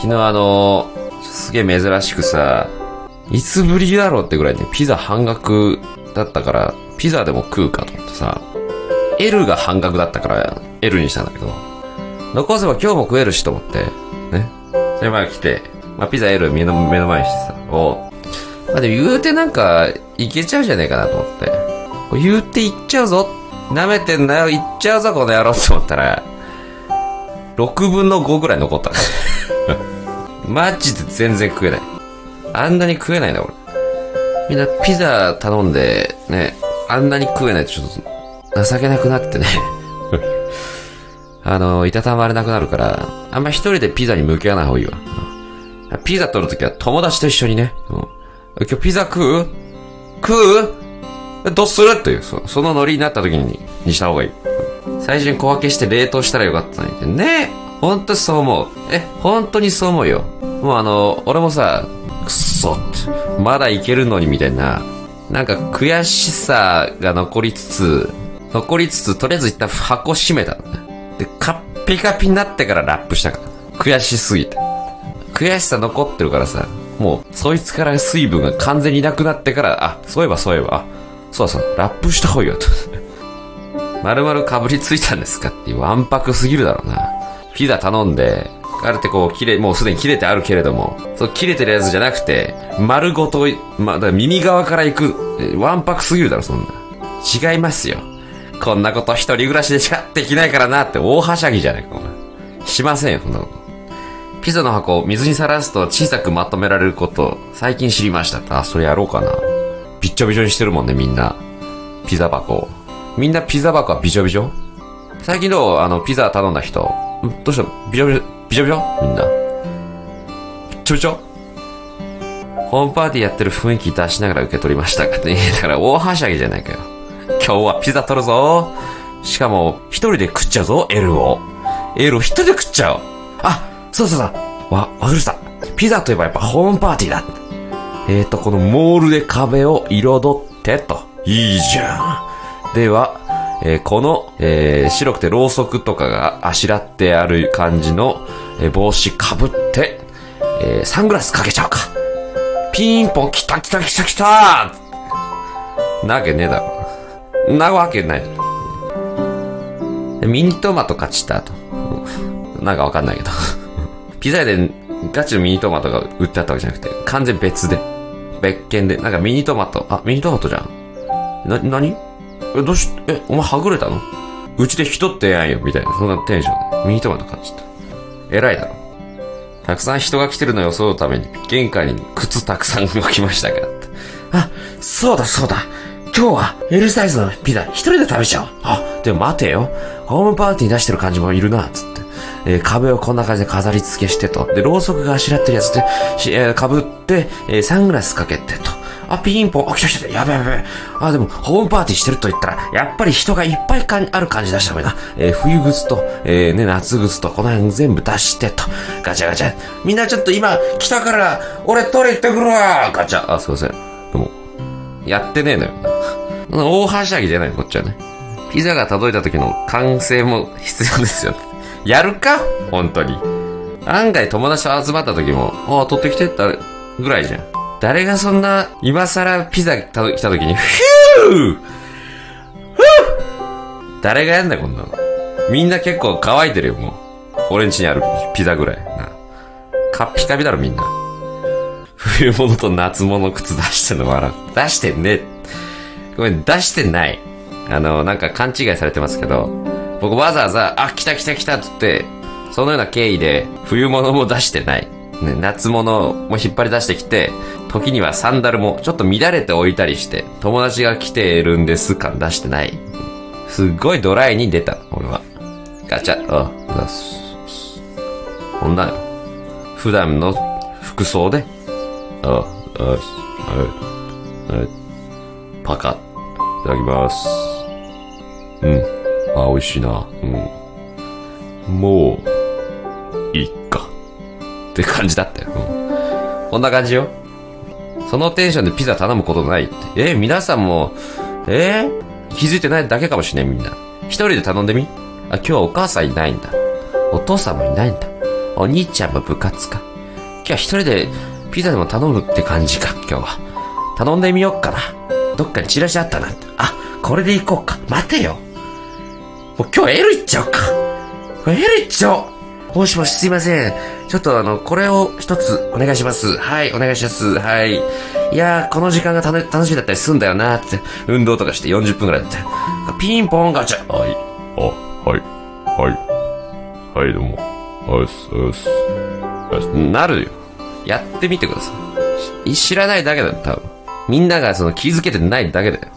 昨日すげえ珍しくさ、いつぶりだろうってぐらいね、ピザ半額だったから、ピザでも食うかと思ってさ、L が半額だったから、L にしたんだけど、残せば今日も食えるしと思って、ね。それまで来て、ピザ L 目の前にしてさ、でも言うてなんか、いけちゃうじゃねえかなと思って。言うていっちゃうぞ。舐めてんなよ、いっちゃうぞ、この野郎と思ったら、6分の5ぐらい残った。マジで全然食えない。あんなに食えないな、俺。みんなピザ頼んで、ね、あんなに食えないとちょっと、情けなくなってね。いたたまれなくなるから、あんま一人でピザに向き合わない方がいいわ。ピザ取るときは友達と一緒にね、今日ピザ食うどうするっていう、そのノリになった時にした方がいい。最初に小分けして冷凍したらよかったのにね。ほんとそう思う。本当にそう思うよ。もう俺もさ、くそって、まだいけるのにみたいな、なんか悔しさが残りつつ、とりあえず一旦箱閉めたのね。で、カッピカピになってからラップしたから。悔しすぎて。悔しさ残ってるからさ、もう、そいつから水分が完全になくなってから、そういえば、そうそう、ラップした方がいいよと。丸々かぶりついたんですかっていうわんぱくすぎるだろうな。ピザ頼んで、あれってこう、もうすでに切れてあるけれども、そう、切れてるやつじゃなくて、丸ごと、だから耳側から行く、わんぱくすぎるだろ、そんな。違いますよ。こんなこと一人暮らしでしかできないからなって大はしゃぎじゃないか、お前。しませんよ、そんなこと。ピザの箱を水にさらすと小さくまとめられること、最近知りました。それやろうかな。びっちょびちょにしてるもんね、みんな。ピザ箱。みんなピザ箱はびちょびちょ？最近どうピザ頼んだ人。どうした？びちょびちょみんな。びちょびちょ？ホームパーティーやってる雰囲気出しながら受け取りましたかね。だから大はしゃぎじゃないかよ。今日はピザ取るぞ。しかも、一人で食っちゃうぞ、L を一人で食っちゃう。そう。忘れてた。ピザといえばやっぱホームパーティーだ。このモールで壁を彩ってと。いいじゃん。では、この、白くてろうそくとかがあしらってある感じの、帽子かぶって、サングラスかけちゃうか。ピンポン、来たなわけねえだろ。なわけない。ミニトマト買っちゃったと。なんかわかんないけど。ピザ屋でガチのミニトマトが売ってあったわけじゃなくて、完全別件で、なんかミニトマトじゃん。何どうお前はぐれたの？うちで人ってやんよ、みたいな。そんなテンションで。ミニトマト買っちゃった。偉いだろ。たくさん人が来てるのを装うために、玄関に靴たくさん置きましたからって。そうだ。今日は L サイズのピザ一人で食べちゃおう。でも待てよ。ホームパーティーに出してる感じもいるな、つって。壁をこんな感じで飾り付けしてと。で、ろうそくがあしらってるやつで、被って、サングラスかけてと。ピンポン、来た。やべえ。でも、ホームパーティーしてると言ったら、やっぱり人がいっぱいある感じ出した方がいいな。冬靴と、夏靴と、この辺全部出してと。ガチャ。みんなちょっと今、来たから、俺取り行ってくるわ。ガチャ。すいません。でも、やってねえのよ。大はしゃぎじゃないの、こっちはね。ピザが届いた時の歓声も必要ですよ。やるか本当に。案外友達と集まった時も、取ってきてったぐらいじゃん。誰がそんな、今更ピザ来た時に、誰がやんだよ、こんなの。みんな結構乾いてるよ、もう。俺ん家にあるピザぐらい。カッピカピだろ、みんな。冬物と夏物靴出してんの笑う。出してんね。ごめん、出してない。なんか勘違いされてますけど、僕わざわざ、来たって言って、そのような経緯で、冬物も出してない。ね、夏物も引っ張り出してきて、時にはサンダルもちょっと乱れて置いたりして、友達が来てるんです感出してない。すっごいドライに出た、俺は。ガチャ、こんなよ。普段の服装で、パカッ。いただきます。美味しいな。もう、いっか。って感じだったよ。こんな感じよ。そのテンションでピザ頼むことないって。皆さんも、気づいてないだけかもしれん、みんな。一人で頼んでみ？今日はお母さんいないんだ。お父さんもいないんだ。お兄ちゃんも部活か。 今日は一人でピザでも頼むって感じか、今日は。頼んでみよっかな。どっかにチラシあったなって。あ、これで行こうか。待てよ。もう今日 L 行っちゃおうか。L 行っちゃおう。もしもしすいません。ちょっとこれを一つお願いします。はい、お願いします。はい。いやー、この時間が楽しみだったりするんだよなって。運動とかして40分くらいだって。ピンポンガチャ。はい。あ、はい。はい。はい、どうも。なるよ。やってみてください。知らないだけだよ、多分。みんなが気づけてないだけだよ。